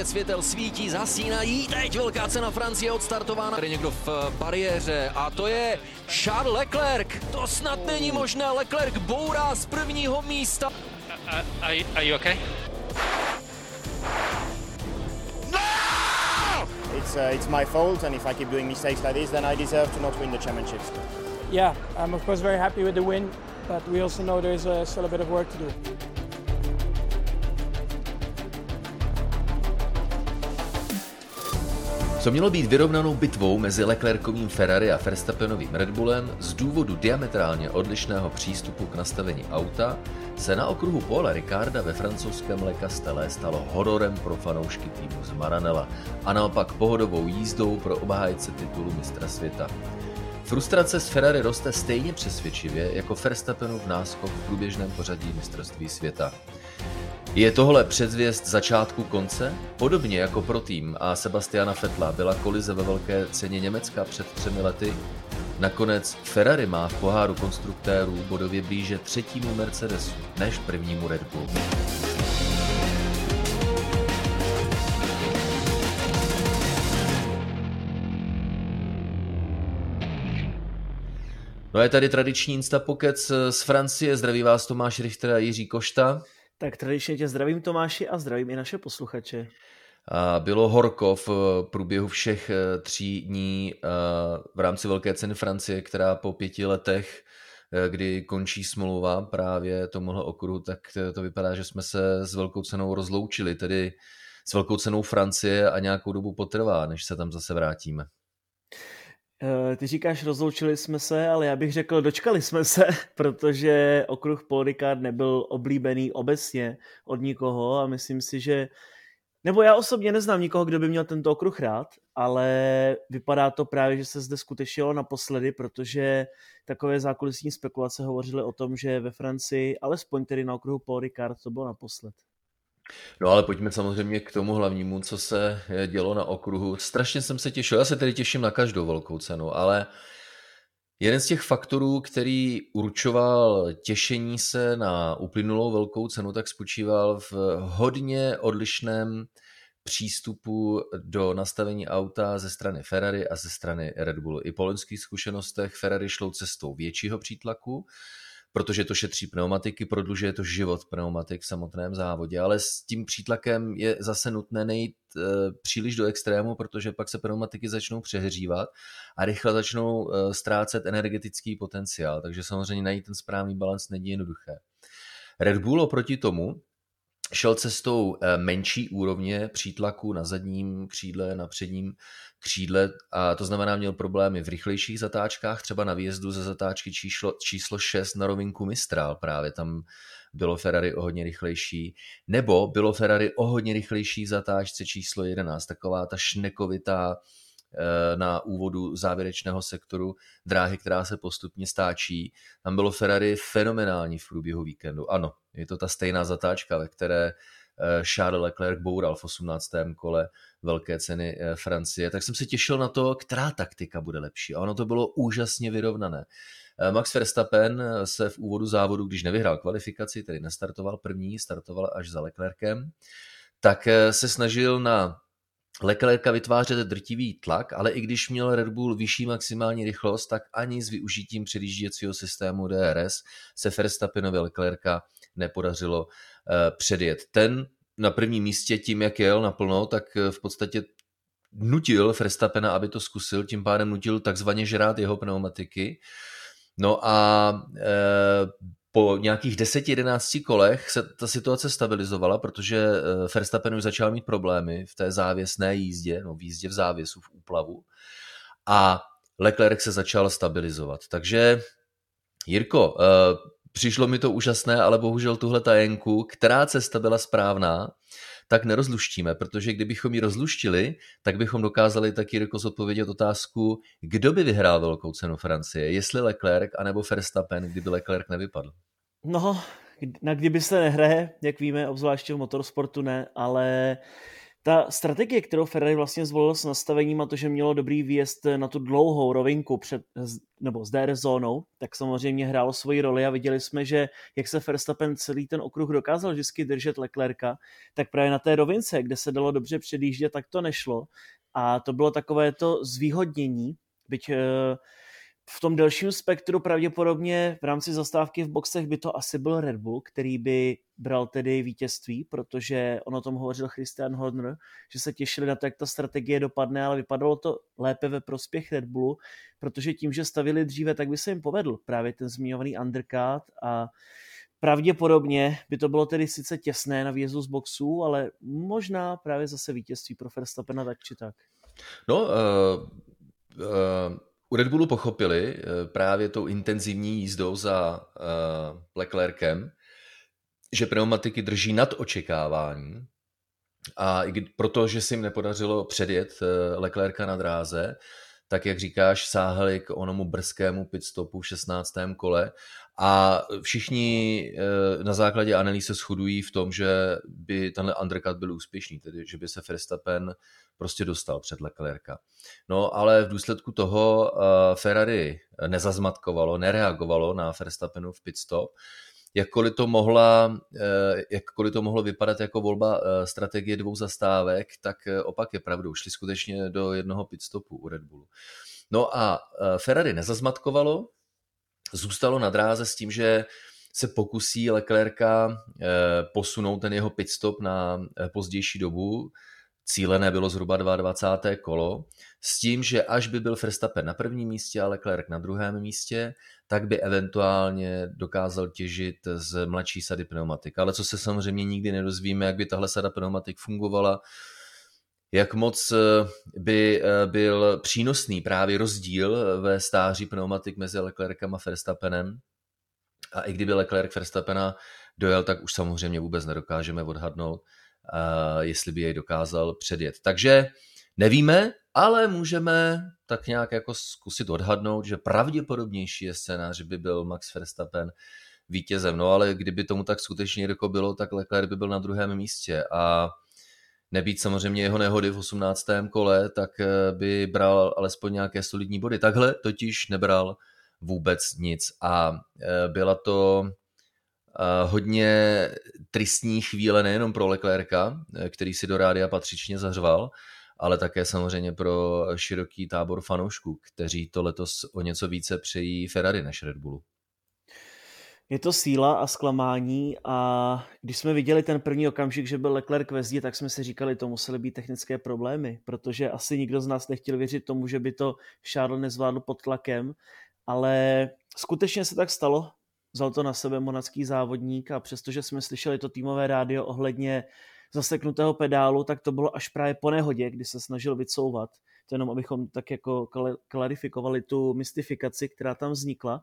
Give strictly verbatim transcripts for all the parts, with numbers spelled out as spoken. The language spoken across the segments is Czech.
Pět světel svítí, zasínají, teď velká cena Francie odstartována. Tady někdo v bariéře a to je Charles Leclerc. To snad není možné, Leclerc bourá z prvního místa. Uh, are, you, are you okay? It's uh, it's my fault, and if I keep doing mistakes like this, then I deserve to not win the championships. Yeah, I'm of course very happy with the win, but we also know there's uh, still a bit of work to do. Co mělo být vyrovnanou bitvou mezi Leclercovým Ferrari a Verstappenovým Red Bullem z důvodu diametrálně odlišného přístupu k nastavení auta, se na okruhu Paula Ricarda ve francouzském Le Castellet stalo hororem pro fanoušky týmu z Maranella a naopak pohodovou jízdou pro obhájce titulu mistra světa. Frustrace z Ferrari roste stejně přesvědčivě jako Verstappenův náskok v průběžném pořadí mistrovství světa. Je tohle předzvěst začátku konce? Podobně jako pro tým a Sebastiana Vettela byla kolize ve velké ceně Německa před třemi lety. Nakonec Ferrari má v poháru konstruktérů bodově blíže třetímu Mercedesu než prvnímu Red Bullu. No je tady tradiční Instapokec z Francie. Zdraví vás Tomáš Richter a Jiří Košta. Tak tradičně tě zdravím Tomáši a zdravím i naše posluchače. A bylo horko v průběhu všech tří dní v rámci Velké ceny Francie, která po pěti letech, kdy končí smlouva právě tomuhle okruhu, tak to vypadá, že jsme se s Velkou cenou rozloučili, tedy s Velkou cenou Francie a nějakou dobu potrvá, než se tam zase vrátíme. Ty říkáš, rozloučili jsme se, ale já bych řekl, dočkali jsme se, protože okruh Paul Ricard nebyl oblíbený obecně od nikoho a myslím si, že, nebo já osobně neznám nikoho, kdo by měl tento okruh rád, ale vypadá to právě, že se zde skutečnilo naposledy, protože takové zákulisní spekulace hovořily o tom, že ve Francii, alespoň tedy na okruhu Paul Ricard, to bylo naposled. No ale pojďme samozřejmě k tomu hlavnímu, co se dělo na okruhu. Strašně jsem se těšil, já se tedy těším na každou Velkou cenu, ale jeden z těch faktorů, který určoval těšení se na uplynulou Velkou cenu, tak spočíval v hodně odlišném přístupu do nastavení auta ze strany Ferrari a ze strany Red Bullu. I po loňských zkušenostech Ferrari šlo cestou většího přítlaku, protože to šetří pneumatiky, prodlužuje to život pneumatik v samotném závodě, ale s tím přítlakem je zase nutné nejít e, příliš do extrému, protože pak se pneumatiky začnou přehřívat a rychle začnou e, ztrácet energetický potenciál, takže samozřejmě najít ten správný balans není jednoduché. Red Bull oproti tomu šel cestou menší úrovně přítlaku na zadním křídle, na předním křídle a to znamená, měl problémy v rychlejších zatáčkách, třeba na výjezdu ze zatáčky číslo, číslo šest na rovinku Mistral, právě tam bylo Ferrari o hodně rychlejší, nebo bylo Ferrari o hodně rychlejší v zatáčce číslo jedenáct, taková ta šnekovitá na úvodu závěrečného sektoru dráhy, která se postupně stáčí. Tam bylo Ferrari fenomenální v průběhu víkendu. Ano, je to ta stejná zatáčka, ve které Charles Leclerc boural v osmnáctém kole Velké ceny Francie. Tak jsem se těšil na to, která taktika bude lepší. A ono to bylo úžasně vyrovnané. Max Verstappen se v úvodu závodu, když nevyhrál kvalifikaci, tedy nestartoval první, startoval až za Leclercem, tak se snažil na Leclerca vytvářet drtivý tlak, ale i když měl Red Bull vyšší maximální rychlost, tak ani s využitím předjížděcího systému D R S se Verstappenovi Leclerca nepodařilo předjet. Ten na prvním místě tím, jak jel naplno, tak v podstatě nutil Verstappena, aby to zkusil, tím pádem nutil takzvaně žrát jeho pneumatiky. No a e, po nějakých deset jedenácti kolech se ta situace stabilizovala, protože Verstappen už začal mít problémy v té závěsné jízdě, no v jízdě v závěsu, v úplavu. A Leclerc se začal stabilizovat. Takže Jirko, přišlo mi to úžasné, ale bohužel tuhle tajenku, která cesta byla správná, tak nerozluštíme, protože kdybychom ji rozluštili, tak bychom dokázali taky Jirko zodpovědět otázku, kdo by vyhrál Velkou cenu Francie, jestli Leclerc anebo Verstappen, kdyby Leclerc nevypadl. No, na kdyby se nehraje, jak víme, obzvláště v motorsportu ne, ale Ta strategie, kterou Ferrari vlastně zvolil s nastavením a to, že mělo dobrý výjezd na tu dlouhou rovinku před, nebo s D R S zónou, tak samozřejmě hrálo svoji roli a viděli jsme, že jak se Verstappen celý ten okruh dokázal vždycky držet Leclerca, tak právě na té rovince, kde se dalo dobře předjíždět, tak to nešlo. A to bylo takové to zvýhodnění, byť v tom delším spektru pravděpodobně v rámci zastávky v boxech by to asi byl Red Bull, který by bral tedy vítězství, protože on o tom hovořil Christian Horner, že se těšili na to, jak ta strategie dopadne, ale vypadalo to lépe ve prospěch Red Bullu, protože tím, že stavili dříve, tak by se jim povedl právě ten zmiňovaný undercut a pravděpodobně by to bylo tedy sice těsné na výjezdu z boxů, ale možná právě zase vítězství pro Verstappena tak či tak. No, uh, uh... u Red Bullu pochopili právě tou intenzivní jízdou za uh, Leclercem, že pneumatiky drží nad očekávání a i protože se jim nepodařilo předjet uh, Leclerca na dráze, tak jak říkáš, sáhli k onomu brzkému pitstopu v šestnáctém kole a všichni uh, na základě analýz se shodují v tom, že by tenhle undercut byl úspěšný, tedy že by se Verstappen prostě dostal před Leclerca. No ale v důsledku toho uh, Ferrari nezazmatkovalo, nereagovalo na Verstappenův pitstop. Jakkoliv to, mohla, uh, jakkoliv to mohlo vypadat jako volba uh, strategie dvou zastávek, tak uh, opak je pravdou. Šli skutečně do jednoho pitstopu u Red Bullu. No a uh, Ferrari nezazmatkovalo, zůstalo na dráze s tím, že se pokusí Leclerca uh, posunout ten jeho pitstop na uh, pozdější dobu. Cílené bylo zhruba dvacáté druhé kolo, s tím, že až by byl Verstappen na prvním místě a Leclerc na druhém místě, tak by eventuálně dokázal těžit z mladší sady pneumatik. Ale co se samozřejmě nikdy nedozvíme, jak by tahle sada pneumatik fungovala, jak moc by byl přínosný právě rozdíl ve stáří pneumatik mezi Leclercem a Verstappenem. A i kdyby Leclerc Verstappena dojel, tak už samozřejmě vůbec nedokážeme odhadnout, Uh, jestli by jej dokázal předjet. Takže nevíme, ale můžeme tak nějak jako zkusit odhadnout, že pravděpodobnější je scénář, že by byl Max Verstappen vítězem. No ale kdyby tomu tak skutečně jako bylo, tak Leclerc by byl na druhém místě a nebýt samozřejmě jeho nehody v osmnáctém kole, tak by bral alespoň nějaké solidní body. Takhle totiž nebral vůbec nic a byla to Uh, hodně tristní chvíle nejenom pro Leclerca, který si do rádia patřičně zařval, ale také samozřejmě pro široký tábor fanoušků, kteří to letos o něco více přejí Ferrari než Red Bullu. Je to síla a zklamání a když jsme viděli ten první okamžik, že byl Leclerc ve zdi, tak jsme si říkali, to musely být technické problémy, protože asi nikdo z nás nechtěl věřit tomu, že by to Charles nezvládl pod tlakem, ale skutečně se tak stalo. Vzal to na sebe monacký závodník a přestože jsme slyšeli to týmové rádio ohledně zaseknutého pedálu, tak to bylo až právě po nehodě, kdy se snažil vycouvat. To jenom abychom tak jako klarifikovali tu mystifikaci, která tam vznikla.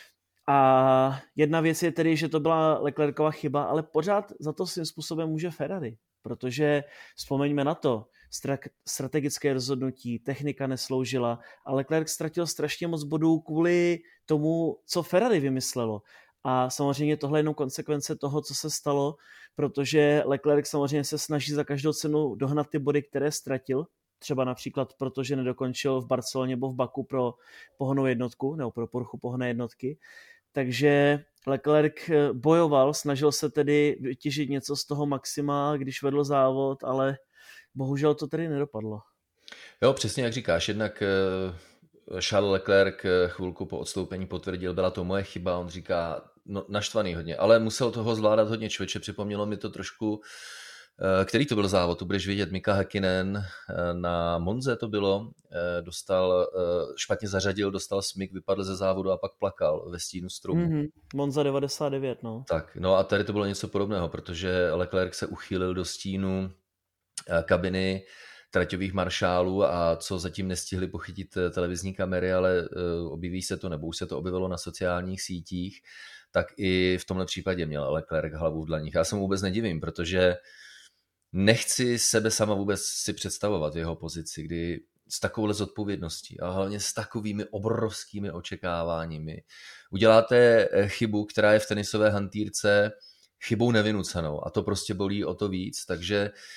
A jedna věc je tedy, že to byla Leclercova chyba, ale pořád za to svým způsobem může Ferrari, protože vzpomeňme na to, strategické rozhodnutí, technika nesloužila a Leclerc ztratil strašně moc bodů kvůli tomu, co Ferrari vymyslelo. A samozřejmě tohle je jenom konsekvence toho, co se stalo, protože Leclerc samozřejmě se snaží za každou cenu dohnat ty body, které ztratil, třeba například protože nedokončil v Barceloně nebo v Baku pro pohonnou jednotku, nebo pro poruchu pohonné jednotky. Takže Leclerc bojoval, snažil se tedy vytěžit něco z toho maxima, když vedl závod, ale bohužel to tedy nedopadlo. Jo, přesně jak říkáš, jednak Charles Leclerc chvilku po odstoupení potvrdil, byla to moje chyba, on říká, no, naštvaný hodně, ale musel toho zvládat hodně člověče, připomnělo mi to trošku, který to byl závod, tu budeš vědět, Mika Häkkinen na Monze to bylo, dostal, špatně zařadil, dostal smyk, vypadl ze závodu a pak plakal ve stínu stromu. Mm-hmm. Monza devadesát devět, no. Tak, no a tady to bylo něco podobného, protože Leclerc se uchýlil do stínu kabiny traťových maršálů a co zatím nestihli pochytit televizní kamery, ale objeví se to, nebo už se to objevilo na sociálních sítích, tak i v tomhle případě měl Leclerc hlavu v dlaních. Já se mu vůbec nedivím, protože nechci sebe sama vůbec si představovat v jeho pozici, kdy s takovouhle zodpovědností a hlavně s takovými obrovskými očekáváními uděláte chybu, která je v tenisové hantýrce chybou nevynucenou a to prostě bolí o to víc, takže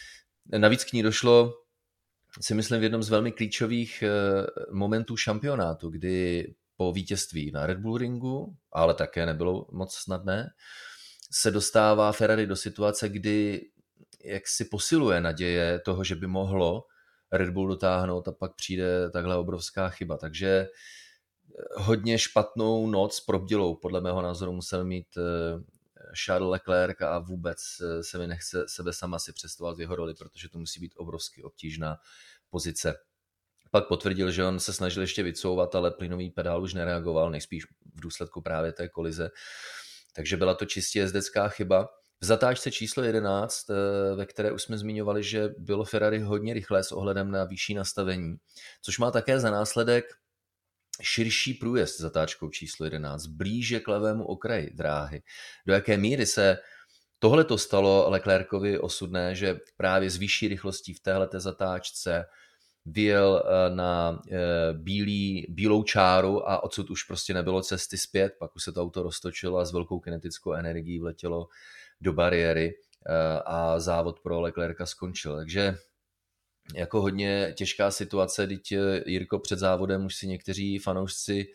navíc k ní došlo, si myslím, v jednom z velmi klíčových momentů šampionátu, kdy po vítězství na Red Bull Ringu, ale také nebylo moc snadné, se dostává Ferrari do situace, kdy jak si posiluje naděje toho, že by mohlo Red Bull dotáhnout a pak přijde takhle obrovská chyba. Takže hodně špatnou noc probdělou, podle mého názoru musel mít Charles Leclerc a vůbec se mi nechce sebe sama si představovat v jeho roli, protože to musí být obrovsky obtížná pozice. Pak potvrdil, že on se snažil ještě vycouvat, ale plynový pedál už nereagoval, nejspíš v důsledku právě té kolize. Takže byla to čistě jezdecká chyba. V zatáčce číslo jedenáct, ve které už jsme zmiňovali, že bylo Ferrari hodně rychlé s ohledem na vyšší nastavení, což má také za následek širší průjezd zatáčkou číslo jedenáct, blíže k levému okraji dráhy. Do jaké míry se tohleto stalo Leclercovi osudné, že právě s vyšší rychlostí v téhleté zatáčce vyjel na bílý, bílou čáru a odsud už prostě nebylo cesty zpět, pak už se to auto roztočilo a s velkou kinetickou energií vletělo do bariéry a závod pro Leclerca skončil. Takže jako hodně těžká situace, teď Jirko před závodem už si někteří fanoušci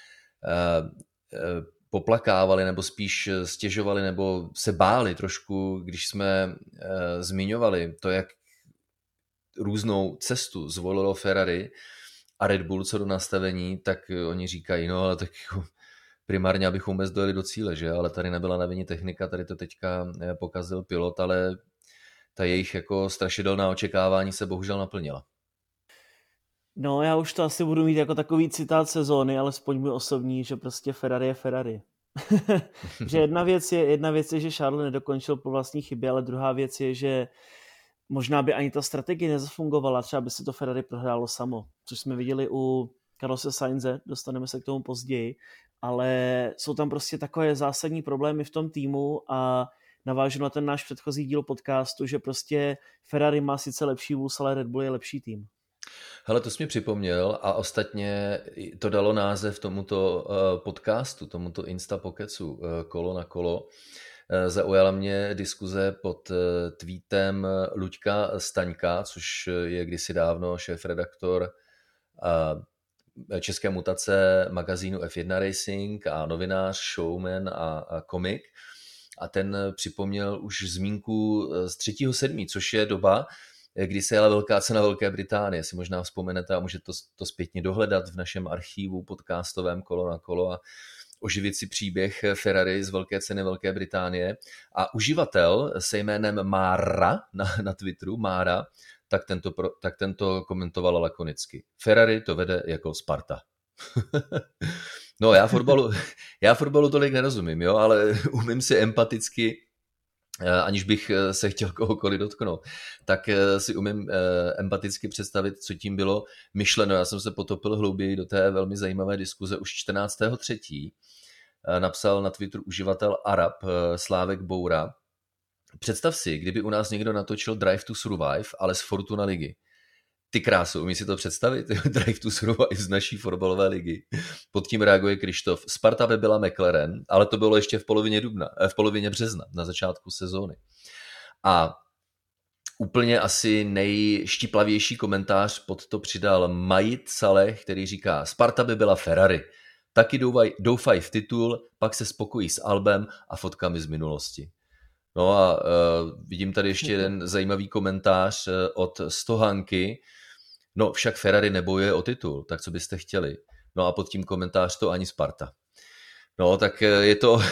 poplakávali nebo spíš stěžovali nebo se báli trošku, když jsme zmiňovali to, jak různou cestu zvolilo Ferrari a Red Bull co do nastavení, tak oni říkají, no ale tak primárně, abychom vůbec dojeli do cíle, že? Ale tady nebyla na vině technika, tady to teďka pokazil pilot, ale ta jejich jako strašidelná očekávání se bohužel naplnila. No já už to asi budu mít jako takový citát sezóny, alespoň můj osobní, že prostě Ferrari je Ferrari. Že jedna věc je, jedna věc je, že Charles nedokončil po vlastní chybě, ale druhá věc je, že možná by ani ta strategie nezafungovala, třeba by se to Ferrari prohrálo samo, což jsme viděli u Carlose Sainze, dostaneme se k tomu později, ale jsou tam prostě takové zásadní problémy v tom týmu a navážu na ten náš předchozí díl podcastu, že prostě Ferrari má sice lepší vůz, ale Red Bull je lepší tým. Hele, to jsi mi připomněl a ostatně to dalo název tomuto podcastu, tomuto Insta Pokecu Kolo na kolo. Zaujala mě diskuze pod tweetem Luďka Staňka, což je kdysi dávno šéfredaktor české mutace magazínu F jedna Racing a novinář, showman a, a komik. A ten připomněl už zmínku z třetího sedmého, což je doba, kdy se jela velká cena Velké Británie. Si možná vzpomenete a můžete to, to zpětně dohledat v našem archívu podcastovém Kolo na kolo a oživit si příběh Ferrari z Velké ceny Velké Británie. A uživatel se jménem Mára na, na Twitteru, Mára, tak tento, tak tento komentoval lakonicky. Ferrari to vede jako Sparta. No já fotbalu, já fotbalu tolik nerozumím, jo, ale umím si empaticky, aniž bych se chtěl kohokoliv dotknout, tak si umím empaticky představit, co tím bylo myšleno. Já jsem se potopil hlouběji do té velmi zajímavé diskuze už čtrnáctého třetího Napsal na Twitteru uživatel Arab Slávek Boura. Představ si, kdyby u nás někdo natočil Drive to Survive, ale z Fortuna ligy. Ty krásu, umí si to představit? Drive to Survive z naší fotbalové ligy. Pod tím reaguje Krištof. Sparta by byla McLaren, ale to bylo ještě v polovině dubna, v polovině března, na začátku sezóny. A úplně asi nejštiplavější komentář pod to přidal Majid Saleh, který říká, Sparta by byla Ferrari. Taky doufaj, doufaj v titul, pak se spokojí s albem a fotkami z minulosti. No a uh, vidím tady ještě jeden zajímavý komentář uh, od Stohanky. No však Ferrari nebojuje o titul, tak co byste chtěli? No a pod tím komentář to ani Sparta. No tak je to,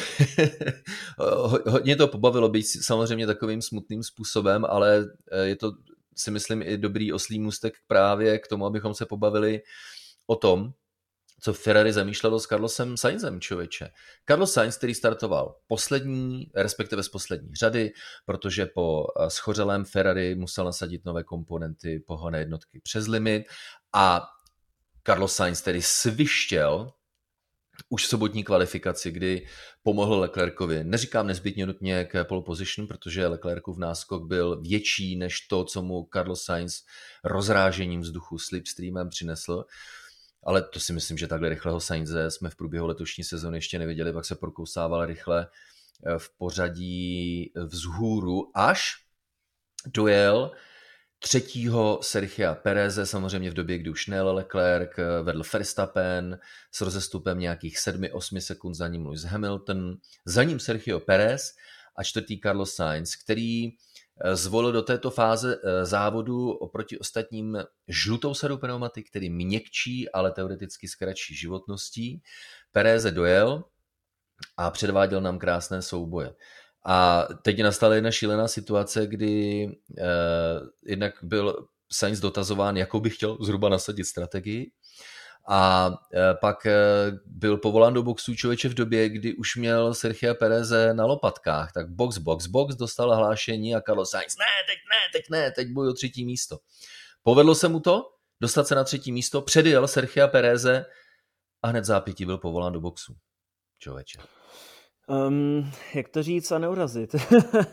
hodně to pobavilo být samozřejmě takovým smutným způsobem, ale je to, si myslím, i dobrý oslí můstek právě k tomu, abychom se pobavili o tom, co Ferrari zamýšlelo s Carlosem Sainzem, člověče. Carlos Sainz, který startoval poslední, respektive z poslední řady, protože po schořelém Ferrari musel nasadit nové komponenty pohonné jednotky přes limit a Carlos Sainz tedy svištěl už v sobotní kvalifikaci, kdy pomohl Leclercovi. Neříkám nezbytně nutně k pole position, protože Leclercův náskok byl větší než to, co mu Carlos Sainz rozrážením vzduchu slipstreamem přinesl. Ale to si myslím, že takhle rychlého Sainze jsme v průběhu letošní sezóny ještě neviděli, pak se prokousával rychle v pořadí vzhůru, až dojel třetího Sergia Pereze, samozřejmě v době, kdy už nejel Leclerc, vedl Verstappen s rozestupem nějakých sedmi osmi sekund, za ním Lewis Hamilton, za ním Sergio Perez a čtvrtý Carlos Sainz, který zvolil do této fáze závodu oproti ostatním žlutou sadu pneumatik, který měkčí, ale teoreticky s kratší životností. Pereze dojel a předváděl nám krásné souboje. A teď nastala jedna šílená situace, kdy eh, jednak byl Sainz dotazován, jakou by chtěl zhruba nasadit strategii. A eh, pak eh, byl povolán do boxu člověče v době, kdy už měl Sergio Pereze na lopatkách. Tak box, box, box, dostal hlášení a Carlos Sainz, ne, teď ne, teď ne, teď bojuji o třetí místo. Povedlo se mu to, dostat se na třetí místo, předjel Sergio Pereze a hned zápětí byl povolán do boxu. Člověče. Um, jak to říct a neurazit? uh,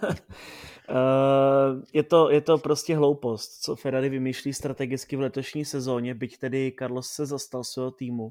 je, to, je to prostě hloupost, co Ferrari vymýšlí strategicky v letošní sezóně, byť tedy Carlos se zastal svého týmu.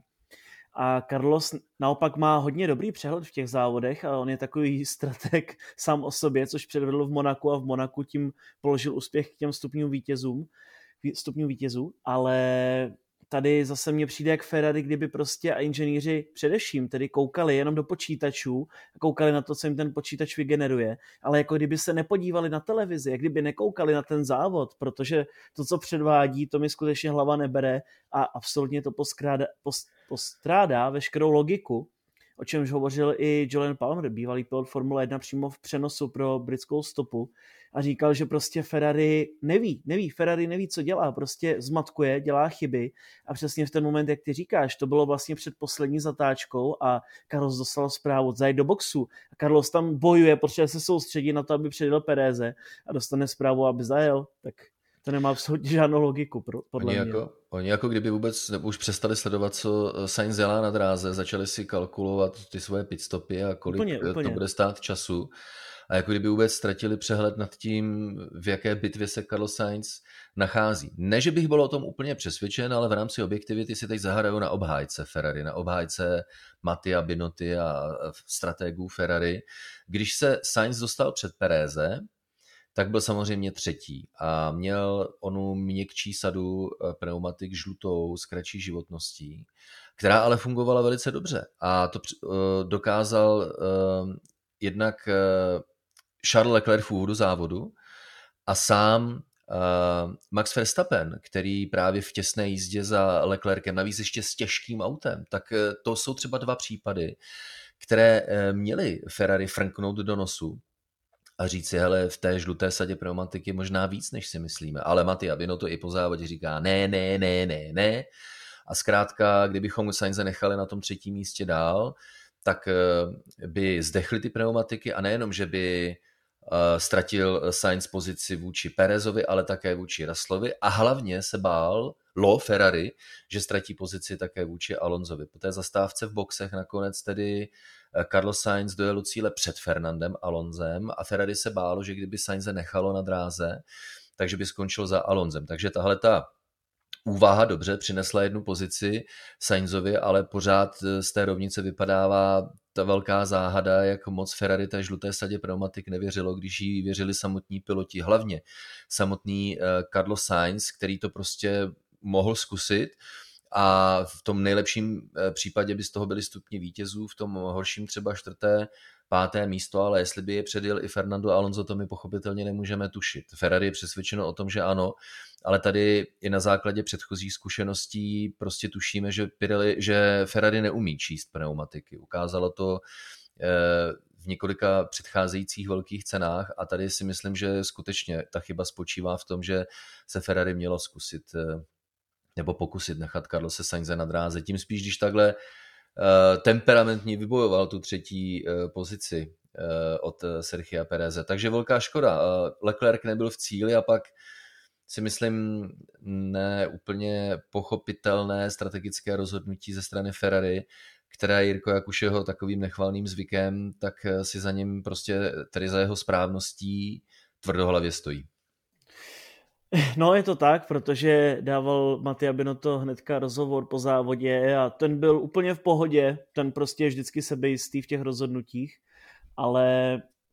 A Carlos naopak má hodně dobrý přehled v těch závodech a on je takový strateg sám o sobě, což předvedl v Monaku a v Monaku tím položil úspěch k těm stupňům vítězům, stupňům vítězů, ale tady zase mně přijde jak Ferrari, kdyby prostě a inženýři především tedy koukali jenom do počítačů a koukali na to, co jim ten počítač vygeneruje, ale jako kdyby se nepodívali na televizi, jak kdyby nekoukali na ten závod, protože to, co předvádí, to mi skutečně hlava nebere a absolutně to poskráda, post, postrádá veškerou logiku, o čemž hovořil i Jolyon Palmer, bývalý pilot Formule jedna přímo v přenosu pro britskou stopu a říkal, že prostě Ferrari neví, neví, Ferrari neví, co dělá, prostě zmatkuje, dělá chyby a přesně v ten moment, jak ty říkáš, to bylo vlastně před poslední zatáčkou a Carlos dostal zprávu zajít do boxu a Carlos tam bojuje, potřebuje se soustředit na to, aby předjel Pereze a dostane zprávu, aby zajel, tak to nemá absolutně žádnou logiku, podle oni mě. Jako, oni jako kdyby vůbec nebo už přestali sledovat, co Sainz dělá na dráze, začali si kalkulovat ty svoje pitstopy a kolik úplně, úplně. to bude stát času. A jako kdyby vůbec ztratili přehled nad tím, v jaké bitvě se Carlos Sainz nachází. Ne, že bych byl o tom úplně přesvědčen, ale v rámci objektivity si teď zahrajou na obhájce Ferrari, na obhájce Mattia Binotty a strategů Ferrari. Když se Sainz dostal před Pereze, tak byl samozřejmě třetí a měl onu měkčí sadu pneumatik žlutou s kratší životností, která ale fungovala velice dobře a to dokázal uh, jednak uh, Charles Leclerc v úvodu závodu a sám uh, Max Verstappen, který právě v těsné jízdě za Leclercem, navíc ještě s těžkým autem, tak uh, to jsou třeba dva případy, které uh, měly Ferrari frnknout do nosu a říct si, hele, v té žluté sadě pneumatiky možná víc, než si myslíme. Ale Mattia Binotto i po závodě říká ne, ne, ne, ne, ne. A zkrátka, kdybychom Sainze nechali na tom třetím místě dál, tak by zdechly ty pneumatiky a nejenom, že by ztratil Sainz pozici vůči Perezovi, ale také vůči Russellovi a hlavně se bál Lo Ferrari, že ztratí pozici také vůči Alonsovi. Po té zastávce v boxech nakonec tedy Carlos Sainz dojel do cíle před Fernandem Alonsem a Ferrari se bálo, že kdyby Sainze nechalo na dráze, takže by skončil za Alonsem. Takže tahle ta úvaha dobře přinesla jednu pozici Sainzovi, ale pořád z té rovnice vypadává ta velká záhada, jak moc Ferrari té žluté sadě pneumatik nevěřilo, když jí věřili samotní piloti, hlavně samotný Carlos Sainz, který to prostě mohl zkusit a v tom nejlepším případě by z toho byly stupni vítězů, v tom horším třeba čtvrté, páté místo, ale jestli by je předjel i Fernando Alonso, to my pochopitelně nemůžeme tušit. Ferrari je přesvědčeno o tom, že ano, ale tady i na základě předchozích zkušeností prostě tušíme, že, Pirelli, že Ferrari neumí číst pneumatiky. Ukázalo to v několika předcházejících velkých cenách a tady si myslím, že skutečně ta chyba spočívá v tom, že se Ferrari mělo zkusit nebo pokusit nechat Carlose Sainze na dráze. Tím spíš, když takhle uh, temperamentně vybojoval tu třetí uh, pozici uh, od Sergia Pereze. Takže velká škoda. Uh, Leclerc nebyl v cíli a pak si myslím ne úplně pochopitelné strategické rozhodnutí ze strany Ferrari, které Jirko, jak už jeho takovým nechvalným zvykem, tak si za ním prostě, tedy za jeho správností tvrdohlavě stojí. No je to tak, protože dával Mattia Binotto hnedka rozhovor po závodě a ten byl úplně v pohodě, ten prostě je vždycky sebejistý v těch rozhodnutích, ale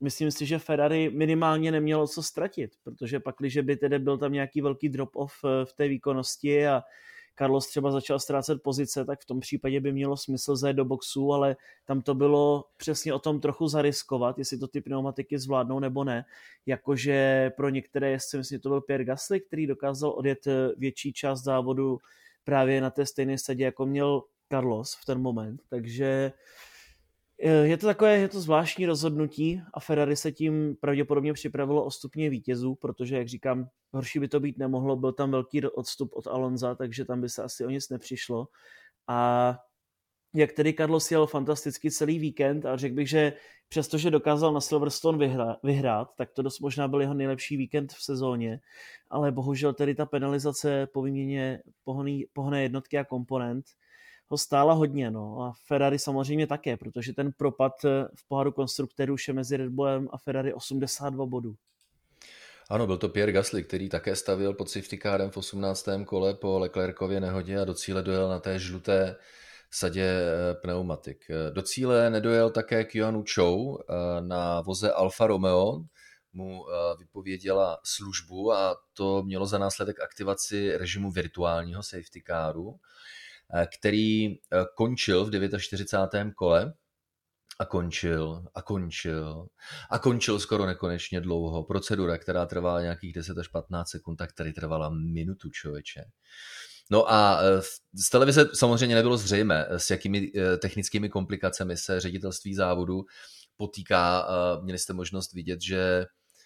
myslím si, že Ferrari minimálně nemělo co ztratit, protože pak, když by tedy byl tam nějaký velký drop-off v té výkonnosti a Carlos třeba začal ztrácet pozice, tak v tom případě by mělo smysl zajet do boxu, ale tam to bylo přesně o tom trochu zariskovat, jestli to ty pneumatiky zvládnou nebo ne. Jakože pro některé jezdce, myslím, že to byl Pierre Gasly, který dokázal odjet větší část závodu právě na té stejné sadě, jako měl Carlos v ten moment. Takže je to takové, je to zvláštní rozhodnutí a Ferrari se tím pravděpodobně připravilo o stupně vítězů, protože, jak říkám, horší by to být nemohlo, byl tam velký odstup od Alonza, takže tam by se asi o nic nepřišlo. A jak tedy Carlos jel fantasticky celý víkend a řekl bych, že přestože dokázal na Silverstone vyhrát, vyhrát, tak to dost možná byl jeho nejlepší víkend v sezóně, ale bohužel tedy ta penalizace po výměně pohonné jednotky a komponent ho stála hodně, no a Ferrari samozřejmě také, protože ten propad v poháru konstruktérů je mezi Red Bullem a Ferrari osmdesát dva bodů. Ano, byl to Pierre Gasly, který také stavil pod safety carem v osmnáctém kole po Leclercově nehodě a do cíle dojel na té žluté sadě pneumatik. Do cíle nedojel také Keanu Chou na voze Alfa Romeo, mu vypověděla službu a to mělo za následek aktivaci režimu virtuálního safety caru, který končil v čtyřicátém devátém kole a končil a končil a končil skoro nekonečně dlouho. Procedura, která trvala nějakých deset až patnáct sekund, tak tady trvala minutu, člověče. No a z televize samozřejmě nebylo zřejmé, s jakými technickými komplikacemi se ředitelství závodu potýká. Měli jste možnost vidět, že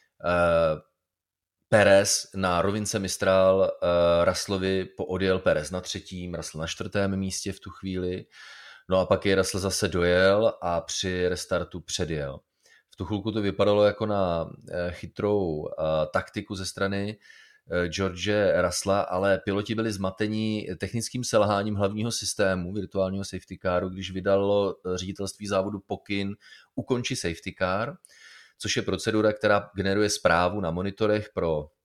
Pérez na rovince Mistral uh, Russellovi poodjel, Pérez na třetím, Russell na čtvrtém místě v tu chvíli. No a pak je Russell zase dojel a při restartu předjel. V tu chvilku to vypadalo jako na uh, chytrou uh, taktiku ze strany uh, George Russella, ale piloti byli zmateni technickým selháním hlavního systému virtuálního safety caru, když vydalo ředitelství závodu pokyn ukonči safety car, což je procedura, která generuje zprávu na monitorech pro uh,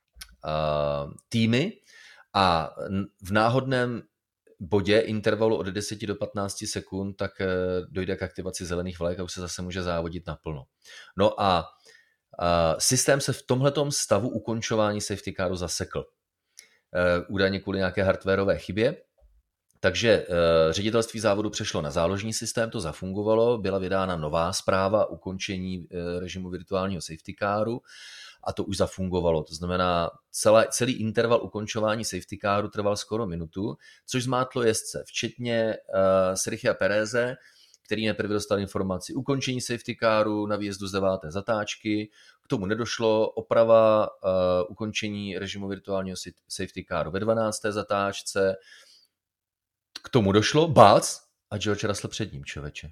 týmy a v náhodném bodě intervalu od deseti do patnácti sekund tak uh, dojde k aktivaci zelených vlajek a už se zase může závodit naplno. No a uh, systém se v tomhletom stavu ukončování safety caru zasekl. Uh, údajně kvůli nějaké hardwareové chybě. Takže uh, ředitelství závodu přešlo na záložní systém, to zafungovalo, byla vydána nová zpráva ukončení uh, režimu virtuálního safety caru a to už zafungovalo. To znamená, celá, celý interval ukončování safety caru trval skoro minutu, což zmátlo jezdce, včetně uh, Sergia Péreze, který nejprve dostal informaci ukončení safety caru na výjezdu z deváté zatáčky. K tomu nedošlo, oprava uh, ukončení režimu virtuálního safety caru ve dvanácté zatáčce. K tomu došlo, bác, a George Russell před ním, člověče.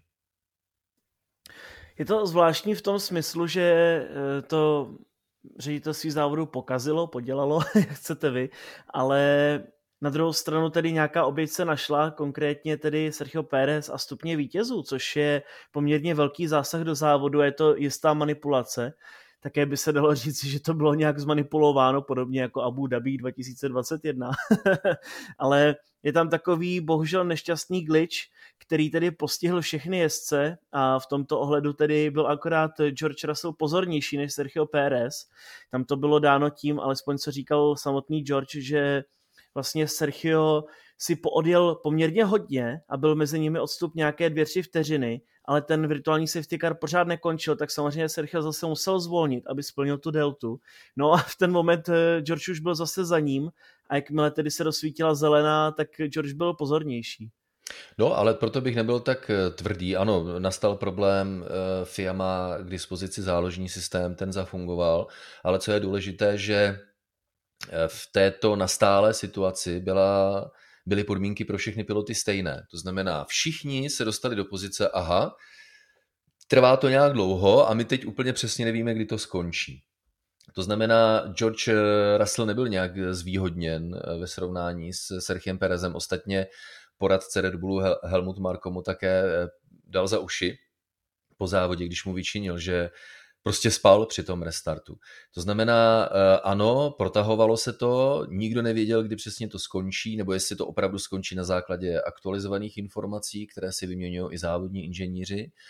Je to zvláštní v tom smyslu, že to ředitelství závodu pokazilo, podělalo, jak chcete vy, ale na druhou stranu tedy nějaká oběť se našla, konkrétně tedy Sergio Pérez a stupně vítězů, což je poměrně velký zásah do závodu, je to jistá manipulace. Také by se dalo říct, že to bylo nějak zmanipulováno, podobně jako Abu Dhabi dva tisíce dvacet jedna. Ale je tam takový bohužel nešťastný glitch, který tedy postihl všechny jezdce a v tomto ohledu tedy byl akorát George Russell pozornější než Sergio Pérez. Tam to bylo dáno tím, alespoň co říkal samotný George, že vlastně Sergio si poodjel poměrně hodně a byl mezi nimi odstup nějaké dvě, tři vteřiny, ale ten virtuální safety car pořád nekončil, tak samozřejmě Sergio zase musel zvolnit, aby splnil tu deltu. No a v ten moment George už byl zase za ním a jakmile tedy se rozsvítila zelená, tak George byl pozornější. No, ale proto bych nebyl tak tvrdý. Ano, nastal problém, F I A má k dispozici záložní systém, ten zafungoval, ale co je důležité, že v této nastálé situaci byla, byly podmínky pro všechny piloty stejné. To znamená, všichni se dostali do pozice, aha, trvá to nějak dlouho a my teď úplně přesně nevíme, kdy to skončí. To znamená, George Russell nebyl nějak zvýhodněn ve srovnání s Sergiem Pérezem. Ostatně poradce Red Bullu Helmut Marko mu také dal za uši po závodě, když mu vyčinil, že prostě spal při tom restartu. To znamená, ano, protahovalo se to, nikdo nevěděl, kdy přesně to skončí, nebo jestli to opravdu skončí na základě aktualizovaných informací, které si vyměňují i závodní inženýři.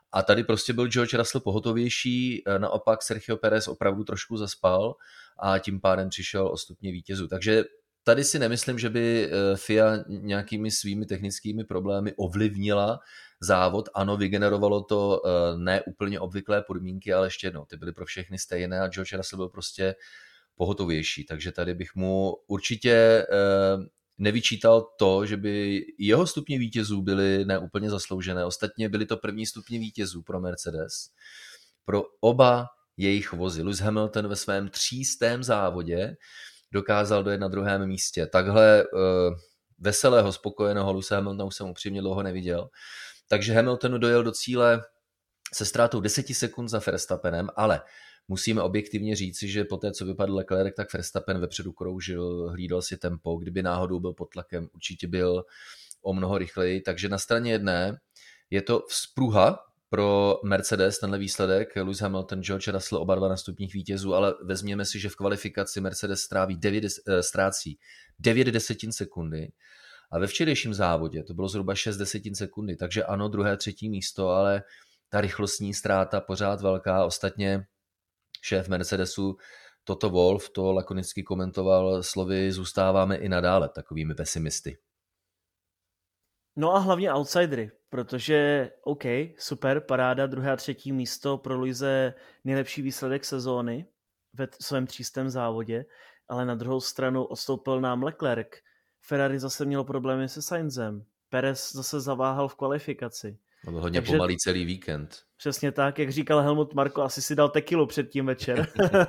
A tady prostě byl George Russell pohotovější, naopak Sergio Pérez opravdu trošku zaspal a tím pádem přišel o stupně vítězů. Takže tady si nemyslím, že by F I A nějakými svými technickými problémy ovlivnila závod. Ano, vygenerovalo to ne úplně obvyklé podmínky, ale ještě jednou, ty byly pro všechny stejné a George Russell byl prostě pohotovější. Takže tady bych mu určitě nevyčítal to, že by jeho stupně vítězů byly neúplně zasloužené. Ostatně byly to první stupně vítězů pro Mercedes. Pro oba jejich vozy. Lewis Hamilton ve svém třístém závodě dokázal dojet na druhém místě. Takhle uh, veselého, spokojeného Lewise Hamiltona už jsem upřímně dlouho neviděl. Takže Hamiltonu dojel do cíle se ztrátou deset sekund za Verstappenem, ale musíme objektivně říci, že po té, co vypadl Leclerc, tak Verstappen vepředu kroužil, hlídal si tempo, kdyby náhodou byl pod tlakem, určitě byl o mnoho rychleji. Takže na straně jedné je to vzpruha pro Mercedes, tenhle výsledek, Lewis Hamilton, George Russell, oba dva na stupních vítězů, ale vezměme si, že v kvalifikaci Mercedes stráví devět, ztrácí devět desetin sekundy a ve včerejším závodě to bylo zhruba šest desetin sekundy, takže ano, druhé, třetí místo, ale ta rychlostní ztráta pořád velká. Ostatně šéf Mercedesu Toto Wolff to lakonicky komentoval slovy zůstáváme i nadále takovými pesimisty. No a hlavně outsidery, protože OK, super, paráda, druhé a třetí místo pro Luise, nejlepší výsledek sezóny ve svém třístém závodě, ale na druhou stranu odstoupil nám Leclerc. Ferrari zase mělo problémy se Sainzem, Perez zase zaváhal v kvalifikaci. To byl hodně Takže pomalý celý víkend. Přesně tak, jak říkal Helmut Marko, asi si dal tekilu před tím večer.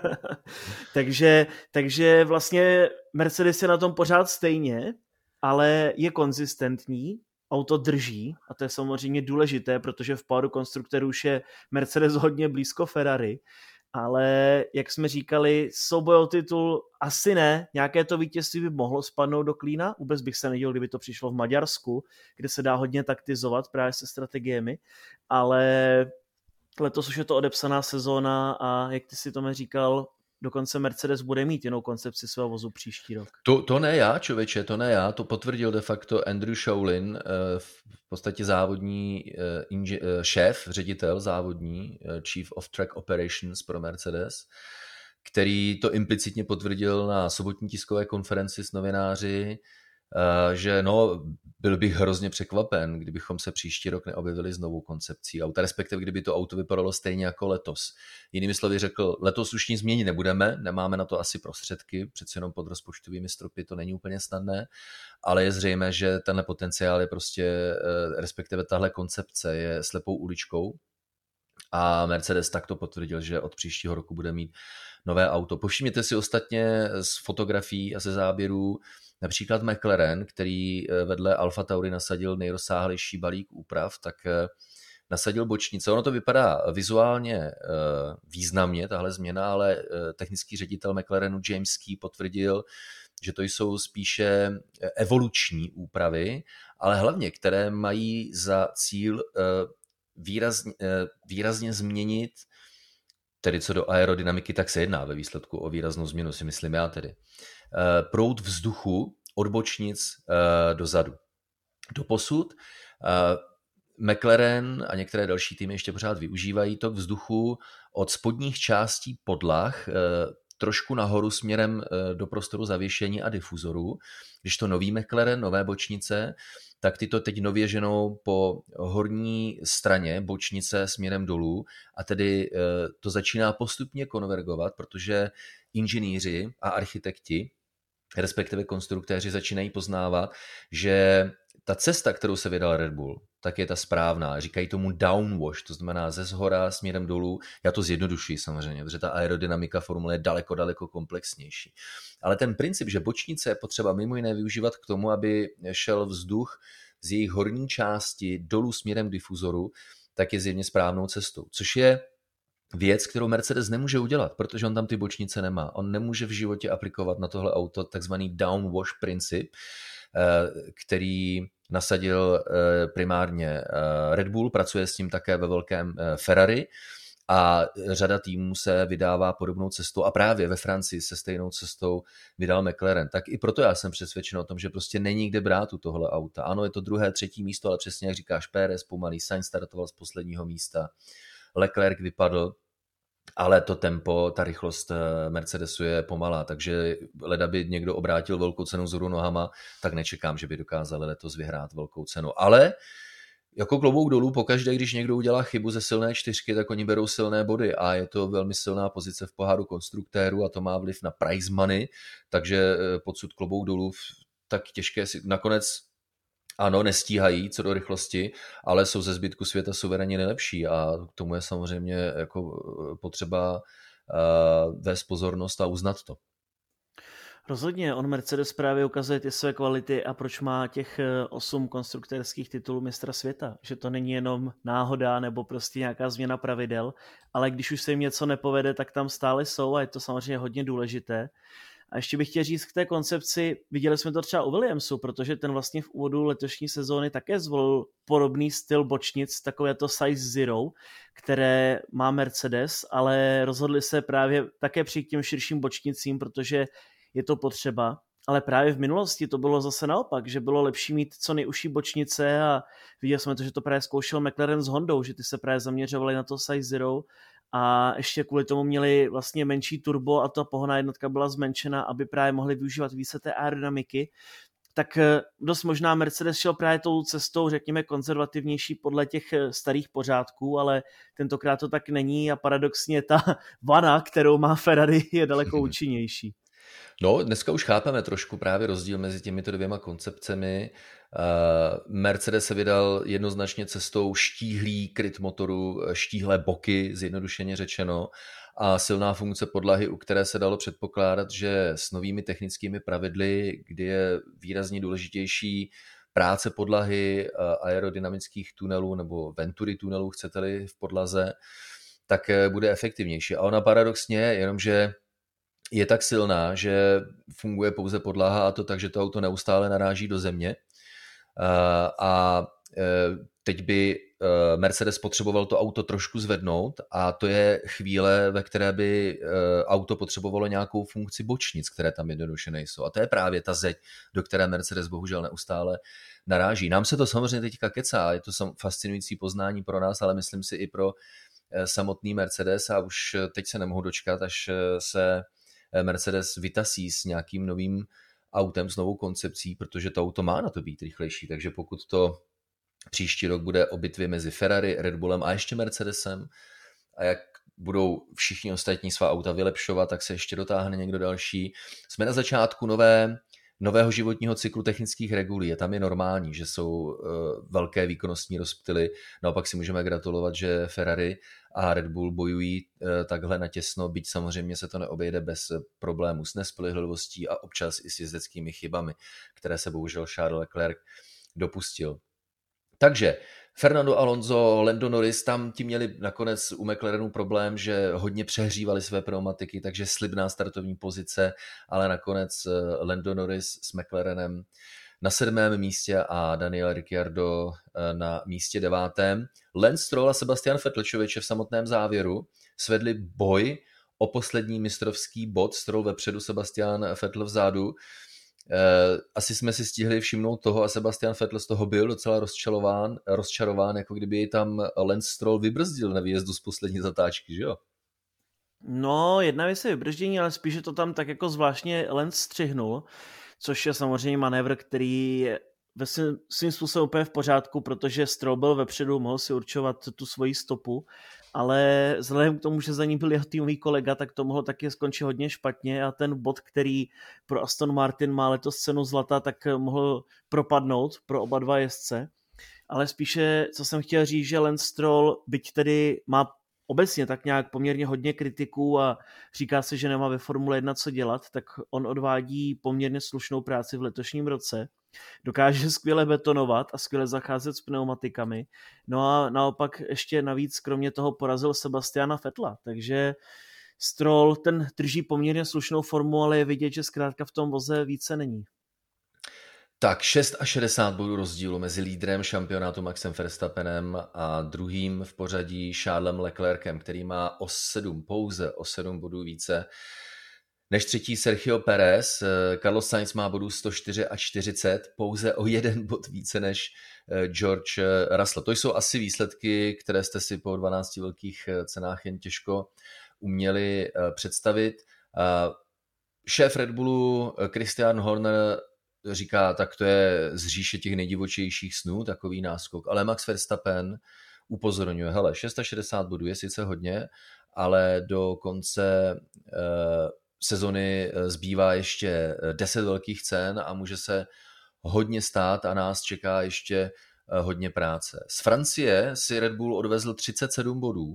takže, takže vlastně Mercedes je na tom pořád stejně, ale je konzistentní, auto drží a to je samozřejmě důležité, protože v páru konstruktorů už je Mercedes hodně blízko Ferrari, ale jak jsme říkali, souboj o titul asi ne, nějaké to vítězství by mohlo spadnout do klína, vůbec bych se nedělal, kdyby to přišlo v Maďarsku, kde se dá hodně taktizovat právě se strategiemi, ale letos už je to odepsaná sezóna a jak ty si Tome říkal, dokonce Mercedes bude mít jinou koncepci svého vozu příští rok. To, to ne já, člověče, to ne já, to potvrdil de facto Andrew Sholin, v podstatě závodní šéf, ředitel závodní, Chief of Track Operations pro Mercedes, který to implicitně potvrdil na sobotní tiskové konferenci s novináři, že no, byl bych hrozně překvapen, kdybychom se příští rok neobjevili s novou koncepcí auta, respektive kdyby to auto vypadalo stejně jako letos. Jinými slovy řekl, letos už nic změnit nebudeme, nemáme na to asi prostředky, přece jenom pod rozpočtovými stropy to není úplně snadné, ale je zřejmé, že tenhle potenciál je prostě, respektive tahle koncepce je slepou uličkou a Mercedes takto potvrdil, že od příštího roku bude mít nové auto. Povšimněte si ostatně z fotografií a ze záběrů například McLaren, který vedle Alfa Tauri nasadil nejrozsáhlejší balík úprav, tak nasadil bočnice. Ono to vypadá vizuálně významně, tahle změna, ale technický ředitel McLarenu James Key potvrdil, že to jsou spíše evoluční úpravy, ale hlavně, které mají za cíl výrazně, výrazně změnit, tedy co do aerodynamiky, tak se jedná ve výsledku o výraznou změnu, si myslím já tedy, proud vzduchu od bočnic dozadu. Doposud McLaren a některé další týmy ještě pořád využívají tok vzduchu od spodních částí podlah trošku nahoru směrem do prostoru zavěšení a difuzorů. Když to nový McLaren, nové bočnice, tak ty to teď nově ženou po horní straně bočnice směrem dolů a tedy to začíná postupně konvergovat, protože inženýři a architekti, respektive konstruktéři začínají poznávat, že ta cesta, kterou se vydal Red Bull, tak je ta správná. Říkají tomu downwash, to znamená ze zhora směrem dolů. Já to zjednodušuji samozřejmě, protože ta aerodynamika formule je daleko, daleko komplexnější. Ale ten princip, že bočnice je potřeba mimo jiné využívat k tomu, aby šel vzduch z jejich horní části dolů směrem difuzoru, tak je zjevně správnou cestou. Což je věc, kterou Mercedes nemůže udělat, protože on tam ty bočnice nemá. On nemůže v životě aplikovat na tohle auto takzvaný downwash princip, který nasadil primárně Red Bull, pracuje s tím také ve velkém Ferrari a řada týmů se vydává podobnou cestou a právě ve Francii se stejnou cestou vydal McLaren. Tak i proto já jsem přesvědčen o tom, že prostě není kde brát u tohle auta. Ano, je to druhé, třetí místo, ale přesně jak říkáš, Pérez pomalý, Sainz startoval z posledního místa, Leclerc vypadl, ale to tempo, ta rychlost Mercedesu je pomalá, takže leda by někdo obrátil velkou cenu vzoru nohama, tak nečekám, že by dokázal letos vyhrát velkou cenu. Ale jako klobouk dolů pokaždé, když někdo udělá chybu ze silné čtyřky, tak oni berou silné body a je to velmi silná pozice v poháru konstruktérů a to má vliv na prize money, takže podsud klobouk dolů, tak těžké si nakonec ano, nestíhají co do rychlosti, ale jsou ze zbytku světa suverénně nejlepší a k tomu je samozřejmě jako potřeba uh, vést pozornost a uznat to. Rozhodně, on Mercedes právě ukazuje ty své kvality a proč má těch osm konstruktérských titulů mistra světa. Že to není jenom náhoda nebo prostě nějaká změna pravidel, ale když už se jim něco nepovede, tak tam stále jsou a je to samozřejmě hodně důležité. A ještě bych chtěl říct k té koncepci, viděli jsme to třeba u Williamsu, protože ten vlastně v úvodu letošní sezóny také zvolil podobný styl bočnic, takové to size zero, které má Mercedes, ale rozhodli se právě také přijít k těm širším bočnicím, protože je to potřeba. Ale právě v minulosti to bylo zase naopak, že bylo lepší mít co nejužší bočnice a viděli jsme to, že to právě zkoušel McLaren s Hondou, že ty se právě zaměřovali na to size zero a ještě kvůli tomu měli vlastně menší turbo a ta pohonná jednotka byla zmenšena, aby právě mohli využívat více té aerodynamiky. Tak dost možná Mercedes šel právě tou cestou, řekněme, konzervativnější podle těch starých pořádků, ale tentokrát to tak není a paradoxně ta vana, kterou má Ferrari, je daleko účinnější. No, dneska už chápeme trošku právě rozdíl mezi těmito dvěma koncepcemi. Mercedes se vydal jednoznačně cestou štíhlý kryt motoru, štíhlé boky, zjednodušeně řečeno, a silná funkce podlahy, u které se dalo předpokládat, že s novými technickými pravidly, kdy je výrazně důležitější práce podlahy, aerodynamických tunelů nebo ventury tunelů, chcete-li v podlaze, tak bude efektivnější. A ona paradoxně, jenomže je tak silná, že funguje pouze podlaha a to tak, že to auto neustále naráží do země. A teď by Mercedes potřeboval to auto trošku zvednout a to je chvíle, ve které by auto potřebovalo nějakou funkci bočnic, které tam jednoduše nejsou. A to je právě ta zeď, do které Mercedes bohužel neustále naráží. Nám se to samozřejmě teďka kecá, je to fascinující poznání pro nás, ale myslím si i pro samotný Mercedes a už teď se nemohu dočkat, až se Mercedes vytasí s nějakým novým autem, s novou koncepcí, protože to auto má na to být rychlejší, takže pokud to příští rok bude o bitvě mezi Ferrari, Red Bullem a ještě Mercedesem a jak budou všichni ostatní svá auta vylepšovat, tak se ještě dotáhne někdo další. Jsme na začátku nové, nového životního cyklu technických regulí. Je tam je normální, že jsou uh, velké výkonnostní rozptyly. Naopak si můžeme gratulovat, že Ferrari a Red Bull bojují uh, takhle natěsno, byť samozřejmě se to neobejde bez problémů s nespolehlivostí a občas i s jezdeckými chybami, které se bohužel Charles Leclerc dopustil. Takže Fernando Alonso, Lando Norris, tam ti měli nakonec u McLarenu problém, že hodně přehřívali své pneumatiky, takže slibná startovní pozice, ale nakonec Lando Norris s McLarenem na sedmém místě a Daniel Ricciardo na místě devátém. Lance Stroll a Sebastian Vettel člověče v samotném závěru svedli boj o poslední mistrovský bod, Stroll vepředu, Sebastian Vettel vzadu. Asi jsme si stihli všimnout toho a Sebastian Vettel z toho byl docela rozčarován, rozčarován, jako kdyby jej tam Lance Stroll vybrzdil na výjezdu z poslední zatáčky, že jo? No, jedna věc je vybrždění, ale spíš je to tam tak jako zvláštně Lance střihnul, což je samozřejmě manévr, který je ve svým, svým způsobem úplně v pořádku, protože Stroll byl vepředu, mohl si určovat tu svoji stopu, ale vzhledem k tomu, že za ním byl jeho týmový kolega, tak to mohlo taky skončit hodně špatně a ten bod, který pro Aston Martin má letos cenu zlata, tak mohl propadnout pro oba dva jezdce. Ale spíše, co jsem chtěl říct, že Lance Stroll, byť tedy má obecně tak nějak poměrně hodně kritiků a říká se, že nemá ve Formule jedna co dělat, tak on odvádí poměrně slušnou práci v letošním roce. Dokáže skvěle betonovat a skvěle zacházet s pneumatikami. No a naopak ještě navíc kromě toho porazil Sebastiana Vettela, takže Stroll ten drží poměrně slušnou formu, ale je vidět, že zkrátka v tom voze více není. Tak šedesát šest bodů rozdílu mezi lídrem šampionátu Maxem Verstappenem a druhým v pořadí Charlesem Leclercem, který má o sedm, pouze o sedm bodů více než třetí Sergio Pérez. Carlos Sainz má bodů sto čtyřicet čtyři, pouze o jeden bod více než George Russell. To jsou asi výsledky, které jste si po dvanácti velkých cenách jen těžko uměli představit. Šéf Red Bullu Christian Horner říká, tak to je z říše těch nejdivočejších snů, takový náskok. Ale Max Verstappen upozorňuje, hele, šedesát šest bodů je sice hodně, ale do konce eh, sezony zbývá ještě deset velkých cen a může se hodně stát a nás čeká ještě eh, hodně práce. Z Francie si Red Bull odvezl třicet sedm bodů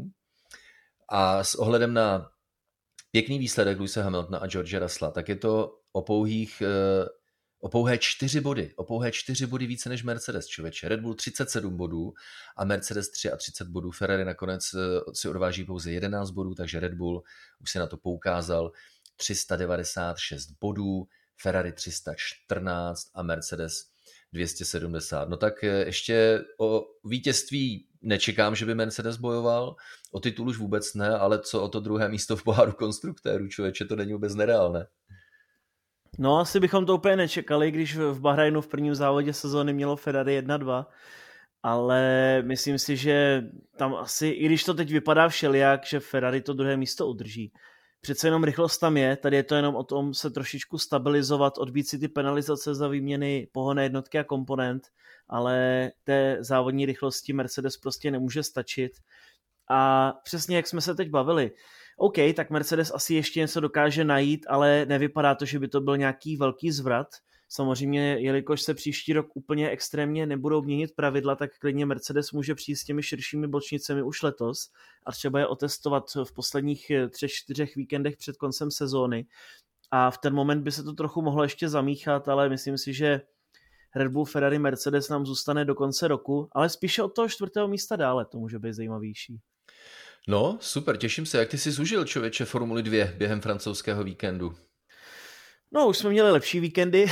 a s ohledem na pěkný výsledek Lewise Hamiltona a George Russella, tak je to o pouhých eh, O pouhé čtyři body, o pouhé čtyři body více než Mercedes, člověče. Red Bull třicet sedm bodů a Mercedes třicet tři bodů. Ferrari nakonec si odváží pouze jedenáct bodů, takže Red Bull už se na to poukázal. tři sta devadesát šest bodů, Ferrari tři sta čtrnáct a Mercedes dvě stě sedmdesát. No tak ještě o vítězství nečekám, že by Mercedes bojoval, o titul už vůbec ne, ale co o to druhé místo v poháru konstruktérů, člověče, to není vůbec nereálné. No, asi bychom to úplně nečekali, když v Bahrajnu v prvním závodě sezóny mělo Ferrari jedna dva, ale myslím si, že tam asi, i když to teď vypadá všelijak, že Ferrari to druhé místo udrží. Přece jenom rychlost tam je, tady je to jenom o tom se trošičku stabilizovat, odbít si ty penalizace za výměny pohonné jednotky a komponent, ale té závodní rychlosti Mercedes prostě nemůže stačit. A přesně jak jsme se teď bavili, OK, tak Mercedes asi ještě něco dokáže najít, ale nevypadá to, že by to byl nějaký velký zvrat. Samozřejmě, jelikož se příští rok úplně extrémně nebudou měnit pravidla, tak klidně Mercedes může přijít s těmi širšími bočnicemi už letos a třeba je otestovat v posledních třech, čtyřech víkendech před koncem sezóny. A v ten moment by se to trochu mohlo ještě zamíchat, ale myslím si, že Red Bull, Ferrari, Mercedes nám zůstane do konce roku, ale spíše od toho čtvrtého místa dále to může být zajímavější. No, super, těším se. Jak ty jsi zužil, člověče, Formuli dva během francouzského víkendu? No, už jsme měli lepší víkendy,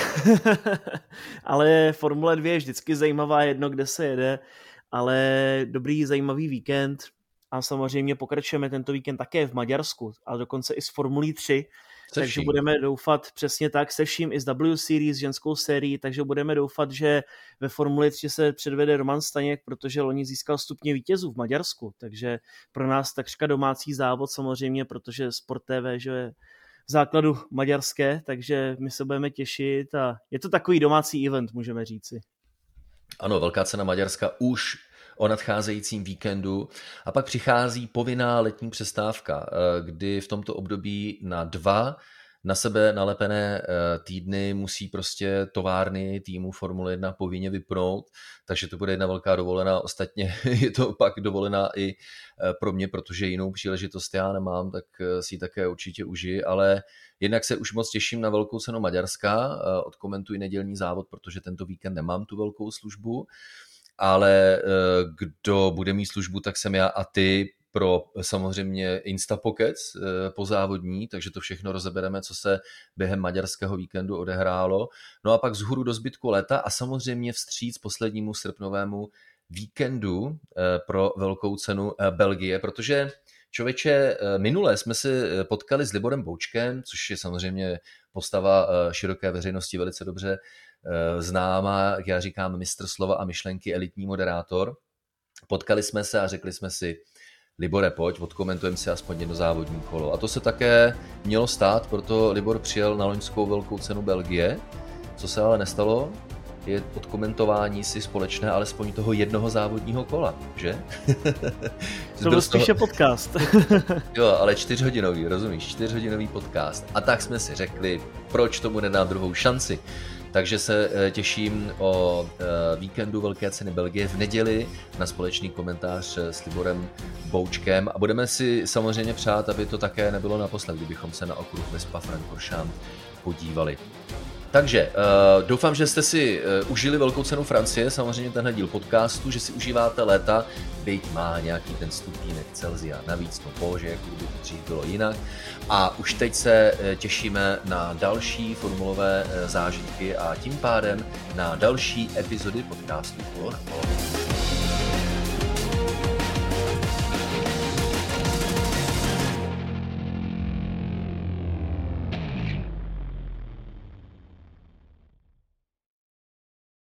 ale Formule dva je vždycky zajímavá, jedno, kde se jede, ale dobrý, zajímavý víkend a samozřejmě pokračujeme tento víkend také v Maďarsku a dokonce i s Formulí tři, se takže vším. Budeme doufat přesně tak se vším i s W Series, ženskou sérií, takže budeme doufat, že ve Formuli tři se předvede Roman Staněk, protože loni získal stupně vítězů v Maďarsku, takže pro nás takřka domácí závod samozřejmě, protože Sport T V, že je v základu maďarské, takže my se budeme těšit a je to takový domácí event, můžeme říci. Ano, velká cena Maďarska už o nadcházejícím víkendu a pak přichází povinná letní přestávka, kdy v tomto období na dva na sebe nalepené týdny musí prostě továrny týmu Formule jedna povinně vypnout, takže to bude jedna velká dovolená. Ostatně je to pak dovolená i pro mě, protože jinou příležitost já nemám, tak si ji také určitě užiji, ale jednak se už moc těším na velkou cenu Maďarska, odkomentuji nedělní závod, protože tento víkend nemám tu velkou službu, ale kdo bude mít službu, tak jsem já a ty pro samozřejmě Instapokec pozávodní, takže to všechno rozebereme, co se během maďarského víkendu odehrálo. No a pak vzhůru do zbytku léta a samozřejmě vstříc poslednímu srpnovému víkendu pro velkou cenu Belgie, protože člověče, minule jsme se potkali s Liborem Boučkem, což je samozřejmě postava široké veřejnosti velice dobře známá, jak já říkám, mistr slova a myšlenky, elitní moderátor. Potkali jsme se a řekli jsme si, Libore, pojď, odkomentujeme si aspoň jedno závodní kolo. A to se také mělo stát, proto Libor přijel na loňskou velkou cenu Belgie. Co se ale nestalo, je odkomentování si společné alespoň toho jednoho závodního kola, že? To byl spíše toho... podcast. Jo, ale čtyřhodinový, rozumíš, čtyřhodinový podcast. A tak jsme si řekli, proč tomu nedám druhou šanci. Takže se těším o víkendu Velké ceny Belgie v neděli na společný komentář s Liborem Boučkem a budeme si samozřejmě přát, aby to také nebylo naposled, kdybychom se na okruh ve Spa-Francorchamps podívali. Takže uh, doufám, že jste si uh, užili Velkou cenu Francie, samozřejmě tenhle díl podcastu, že si užíváte léta, byť má nějaký ten stupínek Celsia navíc, no bože, jak kdyby to dřív bylo jinak. A už teď se uh, těšíme na další formulové uh, zážitky a tím pádem na další epizody podcastu Kolo na kolo.